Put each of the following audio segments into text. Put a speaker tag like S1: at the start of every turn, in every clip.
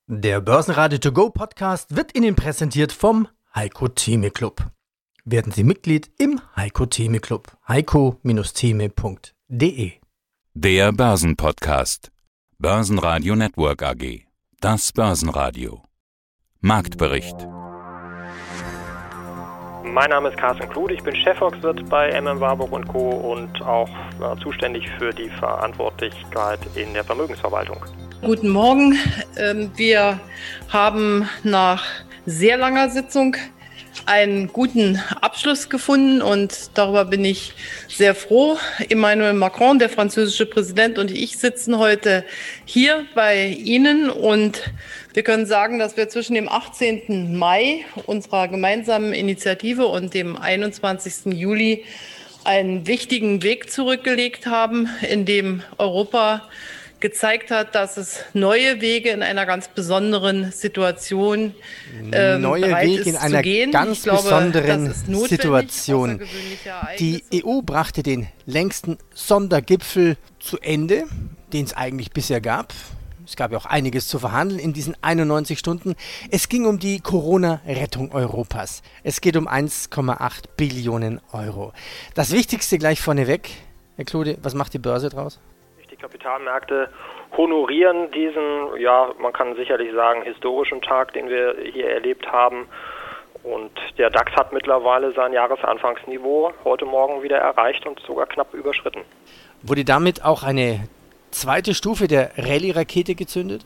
S1: Der Börsenradio To Go Podcast wird Ihnen präsentiert vom Heiko Theme Club. Werden Sie Mitglied im Heiko Theme Club. heiko-theme.de.
S2: Der Börsenpodcast. Börsenradio Network AG. Das Börsenradio. Marktbericht.
S3: Mein Name ist Carsten Kluth, ich bin Chefvolkswirt bei MM Warburg & Co. und auch zuständig für die Verantwortlichkeit in der Vermögensverwaltung.
S4: Guten Morgen. Wir haben nach sehr langer Sitzung einen guten Abschluss gefunden und darüber bin ich sehr froh. Emmanuel Macron, der französische Präsident, und ich sitzen heute hier bei Ihnen und wir können sagen, dass wir zwischen dem 18. Mai unserer gemeinsamen Initiative und dem 21. Juli einen wichtigen Weg zurückgelegt haben, in dem Europa gezeigt hat, dass es neue Wege in einer ganz besonderen Situation
S1: neue Wege in einer ganz besonderen Situation. Die EU brachte den längsten Sondergipfel zu Ende, den es eigentlich bisher gab. Es gab ja auch einiges zu verhandeln in diesen 91 Stunden. Es ging um die Corona-Rettung Europas. Es geht um 1,8 Billionen Euro. Das Wichtigste gleich vorneweg. Herr Klude, was macht die Börse draus?
S3: Die Kapitalmärkte honorieren diesen, ja, man kann sicherlich sagen, historischen Tag, den wir hier erlebt haben. Und der DAX hat mittlerweile sein Jahresanfangsniveau heute Morgen wieder erreicht und sogar knapp überschritten.
S1: Wurde damit auch eine zweite Stufe der Rallye-Rakete gezündet?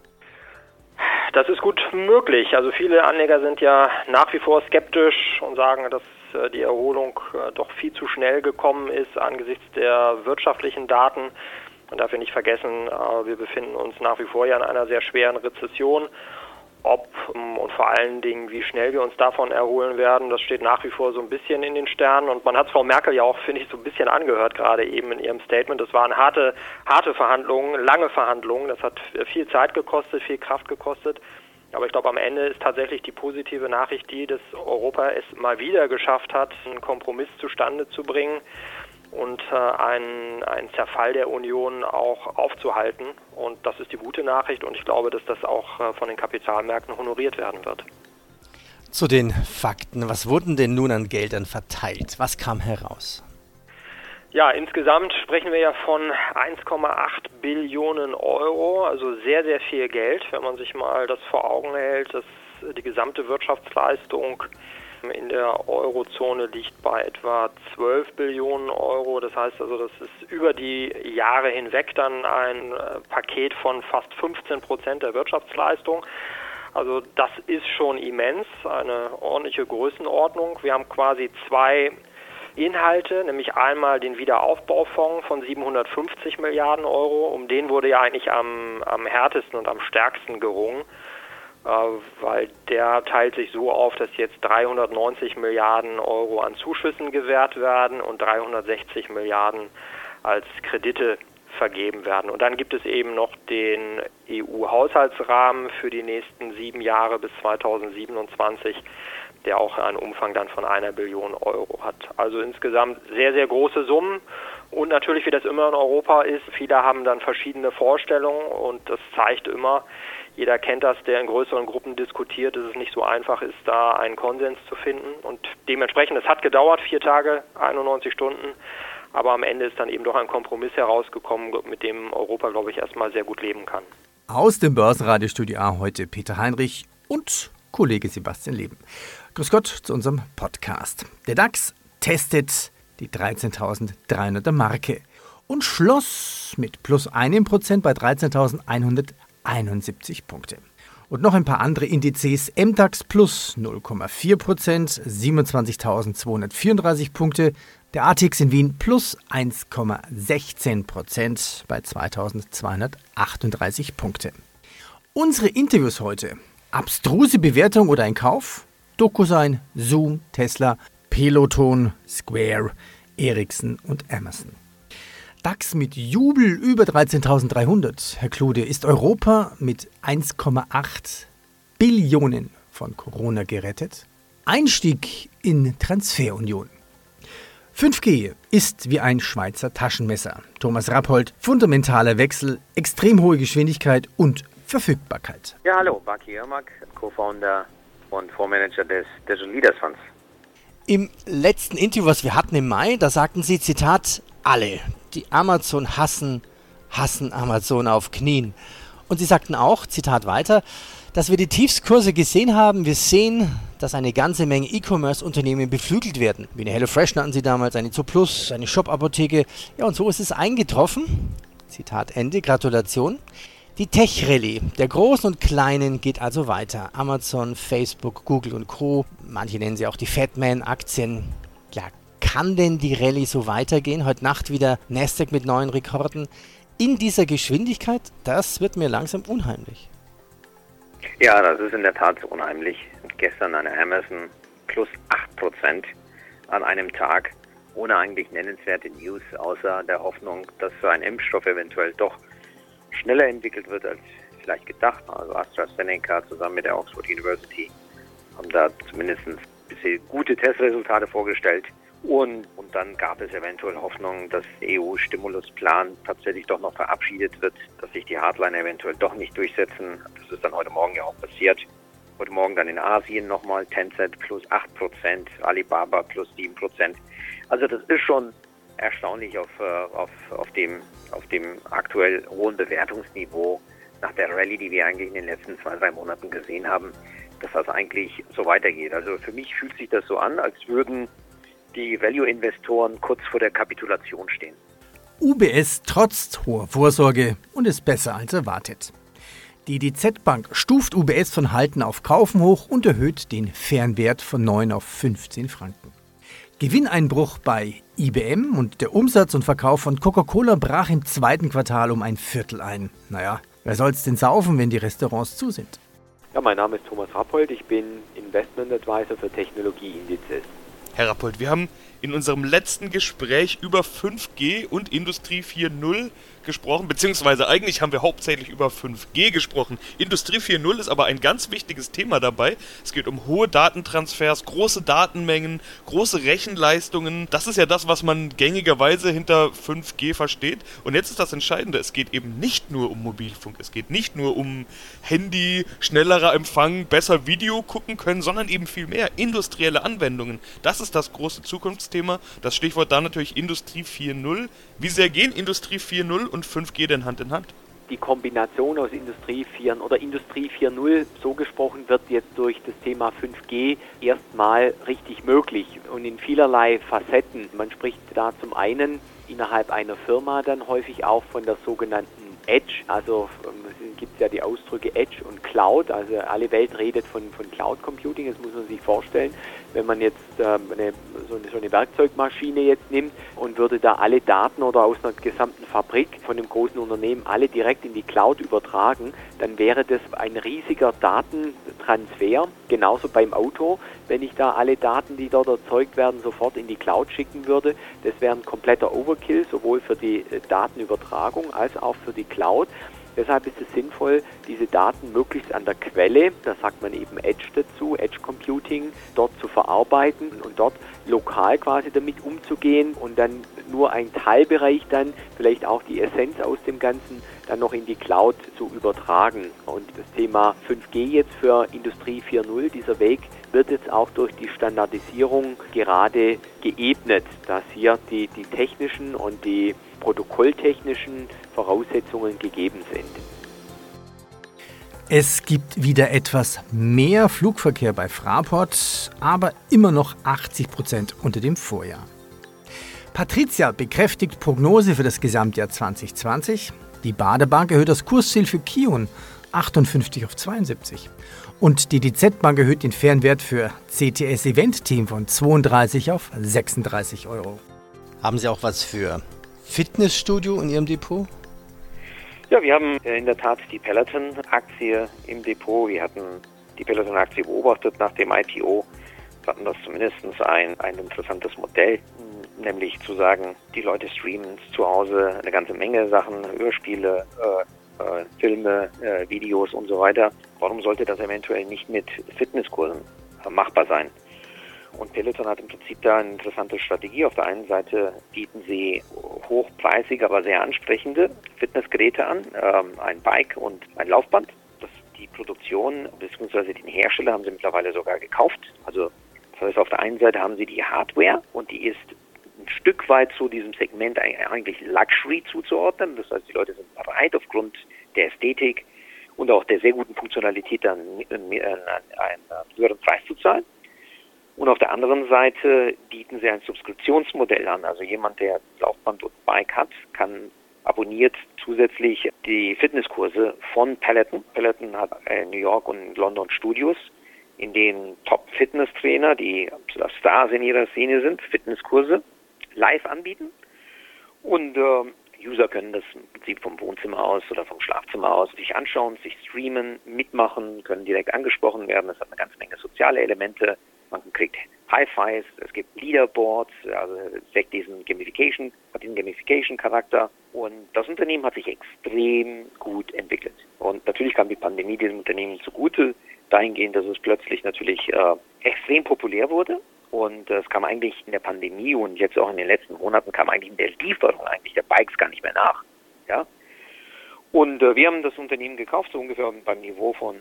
S3: Das ist gut möglich. Also viele Anleger sind ja nach wie vor skeptisch und sagen, dass die Erholung doch viel zu schnell gekommen ist angesichts der wirtschaftlichen Daten. Man darf ja nicht vergessen, wir befinden uns nach wie vor ja in einer sehr schweren Rezession. Ob und vor allen Dingen, wie schnell wir uns davon erholen werden, das steht nach wie vor so ein bisschen in den Sternen. Und man hat Frau Merkel ja auch, finde ich, so ein bisschen angehört, gerade eben in ihrem Statement. Das waren harte Verhandlungen, lange Verhandlungen. Das hat viel Zeit gekostet, viel Kraft gekostet. Aber ich glaube, am Ende ist tatsächlich die positive Nachricht die, dass Europa es mal wieder geschafft hat, einen Kompromiss zustande zu bringen und einen Zerfall der Union auch aufzuhalten. Und das ist die gute Nachricht und ich glaube, dass das auch von den Kapitalmärkten honoriert werden wird.
S1: Zu den Fakten. Was wurden denn nun an Geldern verteilt? Was kam heraus?
S3: Ja, insgesamt sprechen wir ja von 1,8 Billionen Euro, also sehr, sehr viel Geld, wenn man sich mal das vor Augen hält, dass die gesamte Wirtschaftsleistung in der Eurozone liegt bei etwa 12 Billionen Euro. Das heißt also, das ist über die Jahre hinweg dann ein Paket von fast 15% der Wirtschaftsleistung. Also das ist schon immens, eine ordentliche Größenordnung. Wir haben quasi zwei Inhalte, nämlich einmal den Wiederaufbaufonds von 750 Milliarden Euro. Um den wurde ja eigentlich am härtesten und am stärksten gerungen, weil der teilt sich so auf, dass jetzt 390 Milliarden Euro an Zuschüssen gewährt werden und 360 Milliarden als Kredite vergeben werden. Und dann gibt es eben noch den EU-Haushaltsrahmen für die nächsten 7 Jahre bis 2027, der auch einen Umfang dann von 1 Billion Euro hat. Also insgesamt sehr, sehr große Summen. Und natürlich, wie das immer in Europa ist, viele haben dann verschiedene Vorstellungen und das zeigt immer, jeder kennt das, der in größeren Gruppen diskutiert, dass es nicht so einfach ist, da einen Konsens zu finden. Und dementsprechend, es hat gedauert, 4 Tage, 91 Stunden. Aber am Ende ist dann eben doch ein Kompromiss herausgekommen, mit dem Europa, glaube ich, erstmal sehr gut leben kann.
S1: Aus dem Börsenradiostudio A heute Peter Heinrich und Kollege Sebastian Leben. Grüß Gott zu unserem Podcast. Der DAX testet die 13.300er Marke und schloss mit plus 1% bei 13.171 Punkte. Und noch ein paar andere Indizes. MDAX plus 0,4%, 27.234 Punkte. Der ATX in Wien plus 1,16% bei 2.238 Punkte. Unsere Interviews heute. Abstruse Bewertung oder ein Kauf? DocuSign, Zoom, Tesla, Peloton, Square, Ericsson und Amazon. DAX mit Jubel über 13.300. Herr Klude, ist Europa mit 1,8 Billionen von Corona gerettet? Einstieg in Transferunion. 5G ist wie ein Schweizer Taschenmesser. Thomas Rappold, fundamentaler Wechsel, extrem hohe Geschwindigkeit und Verfügbarkeit.
S5: Ja, hallo, Baki Irmak, Co-Founder und Fondsmanager des Digital Leaders Funds.
S1: Im letzten Interview, was wir hatten im Mai, da sagten Sie, Zitat, alle, die Amazon hassen Amazon auf Knien. Und Sie sagten auch, Zitat weiter, dass wir die Tiefstkurse gesehen haben. Wir sehen, dass eine ganze Menge E-Commerce-Unternehmen beflügelt werden. Wie eine HelloFresh nannten Sie damals, eine Zooplus, eine Shop-Apotheke. Ja, und so ist es eingetroffen. Zitat Ende, Gratulation. Die Tech-Rallye der Großen und Kleinen geht also weiter. Amazon, Facebook, Google und Co. Manche nennen sie auch die Fatman-Aktien. Ja, kann denn die Rallye so weitergehen? Heute Nacht wieder Nasdaq mit neuen Rekorden. In dieser Geschwindigkeit, das wird mir langsam unheimlich.
S5: Ja, das ist in der Tat so unheimlich. Gestern eine Amazon plus 8% an einem Tag, ohne eigentlich nennenswerte News, außer der Hoffnung, dass so ein Impfstoff eventuell doch schneller entwickelt wird als vielleicht gedacht. Also AstraZeneca zusammen mit der Oxford University haben da zumindest bisher gute Testresultate vorgestellt. Und dann gab es eventuell Hoffnung, dass der EU-Stimulusplan tatsächlich doch noch verabschiedet wird, dass sich die Hardliner eventuell doch nicht durchsetzen. Das ist dann heute Morgen ja auch passiert. Heute Morgen dann in Asien nochmal Tencent plus 8%, Alibaba plus 7%. Also das ist schon erstaunlich auf dem aktuell hohen Bewertungsniveau nach der Rallye, die wir eigentlich in den letzten 2-3 Monaten gesehen haben, dass das eigentlich so weitergeht. Also für mich fühlt sich das so an, als würden die Value-Investoren kurz vor der Kapitulation stehen.
S1: UBS trotzt hoher Vorsorge und ist besser als erwartet. Die DZ Bank stuft UBS von Halten auf Kaufen hoch und erhöht den Fernwert von 9 auf 15 Franken. Gewinneinbruch bei IBM und der Umsatz und Verkauf von Coca-Cola brach im zweiten Quartal um ein Viertel ein. Naja, wer soll's denn saufen, wenn die Restaurants zu sind?
S6: Ja, mein Name ist Thomas Rappold, ich bin Investment Advisor für Technologieindizes.
S7: Herr Rappold, wir haben in unserem letzten Gespräch über 5G und Industrie 4.0 gesprochen, beziehungsweise eigentlich haben wir hauptsächlich über 5G gesprochen. Industrie 4.0 ist aber ein ganz wichtiges Thema dabei. Es geht um hohe Datentransfers, große Datenmengen, große Rechenleistungen. Das ist ja das, was man gängigerweise hinter 5G versteht. Und jetzt ist das Entscheidende, es geht eben nicht nur um Mobilfunk, es geht nicht nur um Handy, schnellerer Empfang, besser Video gucken können, sondern eben viel mehr industrielle Anwendungen. Das ist das große Zukunftsthema. Das Stichwort da natürlich Industrie 4.0. Wie sehr gehen Industrie 4.0 und 5G denn Hand in Hand?
S6: Die Kombination aus Industrie 4 oder Industrie 4.0, so gesprochen, wird jetzt durch das Thema 5G erstmal richtig möglich und in vielerlei Facetten. Man spricht da zum einen innerhalb einer Firma dann häufig auch von der sogenannten Edge, also gibt es ja die Ausdrücke Edge und Cloud, also alle Welt redet von Cloud Computing, das muss man sich vorstellen. Wenn man jetzt so eine Werkzeugmaschine jetzt nimmt und würde da alle Daten oder aus einer gesamten Fabrik von einem großen Unternehmen alle direkt in die Cloud übertragen, dann wäre das ein riesiger Datentransfer. Genauso beim Auto, wenn ich da alle Daten, die dort erzeugt werden, sofort in die Cloud schicken würde. Das wäre ein kompletter Overkill, sowohl für die Datenübertragung als auch für die Cloud. Deshalb ist es sinnvoll, diese Daten möglichst an der Quelle, da sagt man eben Edge dazu, Edge Computing, dort zu verarbeiten und dort lokal quasi damit umzugehen und dann nur ein Teilbereich dann, vielleicht auch die Essenz aus dem Ganzen, dann noch in die Cloud zu übertragen. Und das Thema 5G jetzt für Industrie 4.0, dieser Weg wird jetzt auch durch die Standardisierung gerade geebnet, dass hier die technischen und die protokolltechnischen Voraussetzungen gegeben sind.
S1: Es gibt wieder etwas mehr Flugverkehr bei Fraport, aber immer noch 80% unter dem Vorjahr. Patrizia bekräftigt Prognose für das Gesamtjahr 2020. Die Baderbank erhöht das Kursziel für Kion 58 auf 72. Und die DZ Bank erhöht den Fernwert für CTS Event Team von 32 auf 36 Euro. Haben Sie auch was für Fitnessstudio in Ihrem Depot?
S5: Ja, wir haben in der Tat die Peloton-Aktie im Depot. Wir hatten die Peloton-Aktie beobachtet nach dem IPO. Wir hatten das zumindest ein interessantes Modell, nämlich zu sagen, die Leute streamen zu Hause eine ganze Menge Sachen, Hörspiele, Filme, Videos und so weiter. Warum sollte das eventuell nicht mit Fitnesskursen machbar sein? Und Peloton hat im Prinzip da eine interessante Strategie. Auf der einen Seite bieten sie hochpreisige, aber sehr ansprechende Fitnessgeräte an, ein Bike und ein Laufband. die Produktion bzw. den Hersteller haben sie mittlerweile sogar gekauft. Also das heißt, auf der einen Seite haben sie die Hardware und die ist ein Stück weit zu diesem Segment eigentlich Luxury zuzuordnen. Das heißt, die Leute sind bereit, aufgrund der Ästhetik und auch der sehr guten Funktionalität dann einen höheren Preis zu zahlen. Und auf der anderen Seite bieten sie ein Subskriptionsmodell an. Also jemand, der Laufband und Bike hat, abonniert zusätzlich die Fitnesskurse von Peloton. Peloton hat in New York und in London Studios, in denen Top-Fitness-Trainer, die Stars in ihrer Szene sind, Fitnesskurse live anbieten. Und User können das im Prinzip vom Wohnzimmer aus oder vom Schlafzimmer aus sich anschauen, sich streamen, mitmachen, können direkt angesprochen werden. Es hat eine ganze Menge soziale Elemente. Man kriegt High-Fives, es gibt Leaderboards, also es hat diesen Gamification-Charakter. Und das Unternehmen hat sich extrem gut entwickelt. Und natürlich kam die Pandemie diesem Unternehmen zugute, dahingehend, dass es plötzlich natürlich extrem populär wurde. Und es kam eigentlich in der Pandemie und jetzt auch in den letzten Monaten kam eigentlich in der Lieferung der Bikes gar nicht mehr nach. Ja? Und wir haben das Unternehmen gekauft, so ungefähr beim Niveau von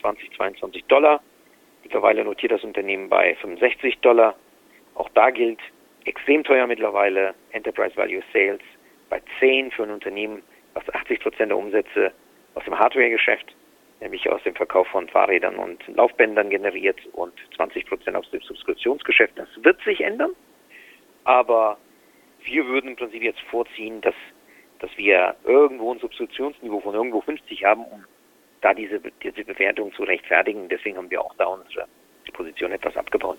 S5: $21-22. Mittlerweile notiert das Unternehmen bei $65. Auch da gilt, extrem teuer mittlerweile, Enterprise Value Sales bei 10 für ein Unternehmen, was 80% der Umsätze aus dem Hardware-Geschäft, nämlich aus dem Verkauf von Fahrrädern und Laufbändern generiert und 20% aus dem Subskriptionsgeschäft. Das wird sich ändern, aber wir würden im Prinzip jetzt vorziehen, dass wir irgendwo ein Subskriptionsniveau von irgendwo 50 haben, um da diese Bewertung zu rechtfertigen. Deswegen haben wir auch da unsere Position etwas abgebaut.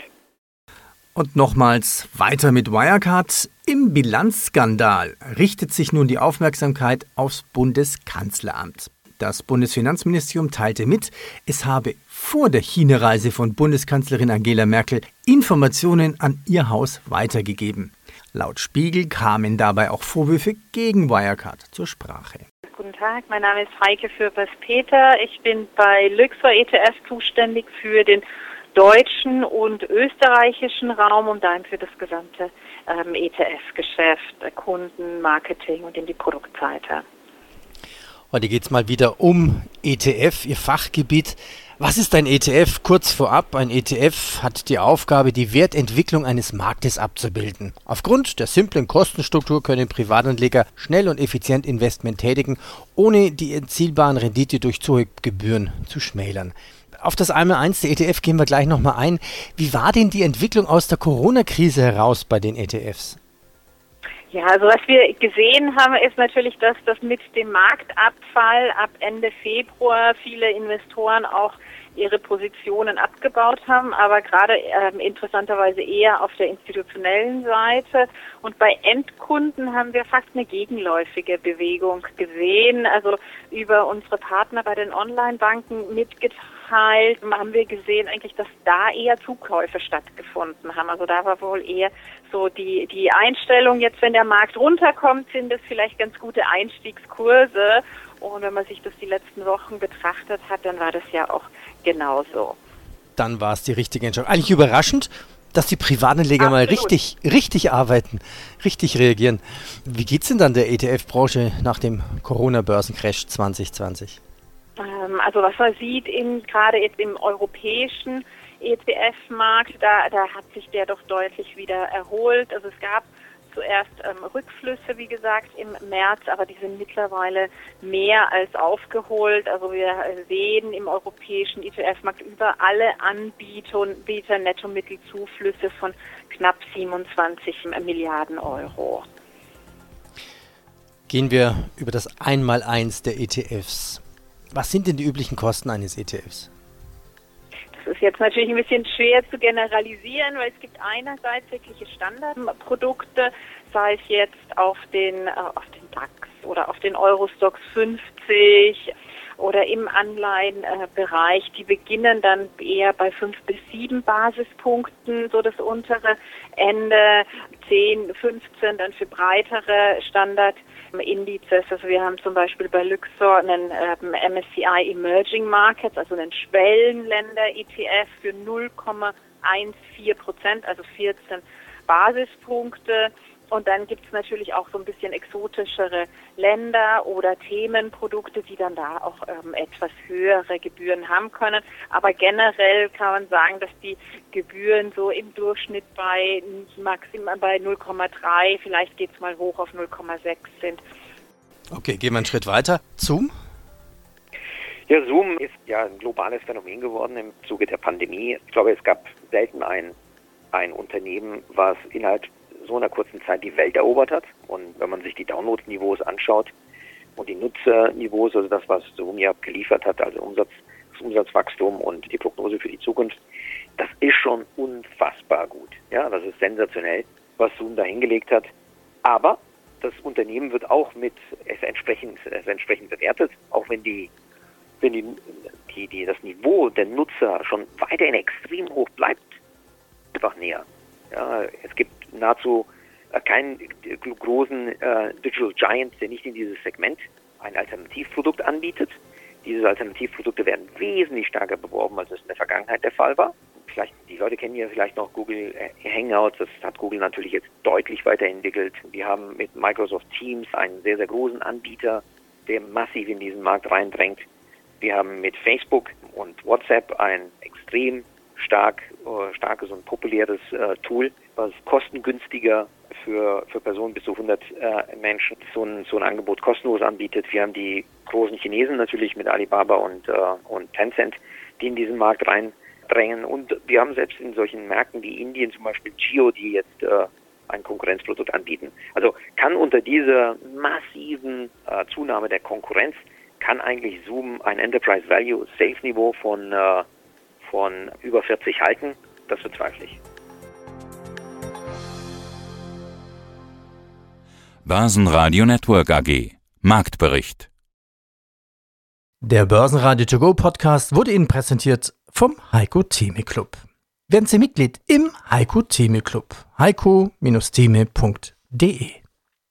S1: Und nochmals weiter mit Wirecard. Im Bilanzskandal richtet sich nun die Aufmerksamkeit aufs Bundeskanzleramt. Das Bundesfinanzministerium teilte mit, es habe vor der China-Reise von Bundeskanzlerin Angela Merkel Informationen an ihr Haus weitergegeben. Laut Spiegel kamen dabei auch Vorwürfe gegen Wirecard zur Sprache.
S8: Guten Tag, mein Name ist Heike Fürpers-Peter. Ich bin bei Luxor ETF zuständig für den deutschen und österreichischen Raum und dann für das gesamte ETF-Geschäft, Kunden, Marketing und in die Produktseite.
S1: Heute geht es mal wieder um ETF, Ihr Fachgebiet. Was ist ein ETF? Kurz vorab, ein ETF hat die Aufgabe, die Wertentwicklung eines Marktes abzubilden. Aufgrund der simplen Kostenstruktur können Privatanleger schnell und effizient Investment tätigen, ohne die erzielbaren Rendite durch zu hohe Gebühren zu schmälern. Auf das Einmaleins der ETF gehen wir gleich nochmal ein. Wie war denn die Entwicklung aus der Corona-Krise heraus bei den ETFs?
S8: Ja, also was wir gesehen haben, ist natürlich, dass das mit dem Marktabfall ab Ende Februar viele Investoren auch ihre Positionen abgebaut haben, aber gerade interessanterweise eher auf der institutionellen Seite. Und bei Endkunden haben wir fast eine gegenläufige Bewegung gesehen. Also über unsere Partner bei den Online-Banken mitgeteilt, haben wir gesehen eigentlich, dass da eher Zukäufe stattgefunden haben. Also da war wohl eher so die Einstellung, jetzt wenn der Markt runterkommt, sind es vielleicht ganz gute Einstiegskurse. Und wenn man sich das die letzten Wochen betrachtet hat, dann war das ja auch genauso.
S1: Dann war es die richtige Entscheidung. Eigentlich überraschend, dass die Privatanleger mal richtig arbeiten, richtig reagieren. Wie geht es denn dann der ETF-Branche nach dem Corona-Börsencrash 2020?
S8: Also was man sieht, gerade jetzt im europäischen ETF-Markt, da hat sich der doch deutlich wieder erholt. Also es gab zuerst Rückflüsse, wie gesagt, im März, aber die sind mittlerweile mehr als aufgeholt. Also wir sehen im europäischen ETF-Markt über alle Anbieter Nettomittelzuflüsse von knapp 27 Milliarden Euro.
S1: Gehen wir über das Einmaleins der ETFs. Was sind denn die üblichen Kosten eines ETFs?
S8: Das ist jetzt natürlich ein bisschen schwer zu generalisieren, weil es gibt einerseits wirkliche Standardprodukte, sei es jetzt auf den DAX oder auf den Eurostoxx 50 oder im Anleihenbereich. Die beginnen dann eher bei 5 bis 7 Basispunkten, so das untere Ende, 10, 15 dann für breitere Standardindizes. Also wir haben zum Beispiel bei Luxor einen MSCI Emerging Markets, also einen Schwellenländer-ETF für 0,14%, also 14 Basispunkte. Und dann gibt es natürlich auch so ein bisschen exotischere Länder oder Themenprodukte, die dann da auch etwas höhere Gebühren haben können. Aber generell kann man sagen, dass die Gebühren so im Durchschnitt bei maximal bei 0,3, vielleicht geht es mal hoch auf 0,6 sind.
S1: Okay, gehen wir einen Schritt weiter. Zoom?
S5: Ja, Zoom ist ja ein globales Phänomen geworden im Zuge der Pandemie. Ich glaube, es gab selten ein Unternehmen, was innerhalb so einer kurzen Zeit die Welt erobert hat. Und wenn man sich die Download-Niveaus anschaut und die Nutzerniveaus, also das, was Zoom ja geliefert hat, also das Umsatzwachstum und die Prognose für die Zukunft, das ist schon unfassbar gut. Ja, das ist sensationell, was Zoom da hingelegt hat. Aber das Unternehmen wird auch es entsprechend bewertet, auch wenn das Niveau der Nutzer schon weiterhin extrem hoch bleibt, einfach näher. Ja, es gibt nahezu keinen großen Digital Giant, der nicht in dieses Segment ein Alternativprodukt anbietet. Diese Alternativprodukte werden wesentlich stärker beworben, als es in der Vergangenheit der Fall war. Die Leute kennen ja vielleicht noch Google Hangouts, das hat Google natürlich jetzt deutlich weiterentwickelt. Wir haben mit Microsoft Teams einen sehr, sehr großen Anbieter, der massiv in diesen Markt reindrängt. Wir haben mit Facebook und WhatsApp ein extrem starkes und populäres Tool, was kostengünstiger für Personen bis zu 100 Menschen so ein Angebot kostenlos anbietet. Wir haben die großen Chinesen natürlich mit Alibaba und Tencent, die in diesen Markt reindrängen. Und wir haben selbst in solchen Märkten wie Indien zum Beispiel Jio, die jetzt ein Konkurrenzprodukt anbieten. Also kann unter dieser massiven Zunahme der Konkurrenz, kann eigentlich Zoom ein Enterprise Value Sales Niveau von über 40 halten? Das bezweifle ich.
S2: Börsenradio Network AG. Marktbericht.
S1: Der Börsenradio To Go Podcast wurde Ihnen präsentiert vom Heiko Theme Club. Werden Sie Mitglied im Heiko Theme Club. heiko-theme.de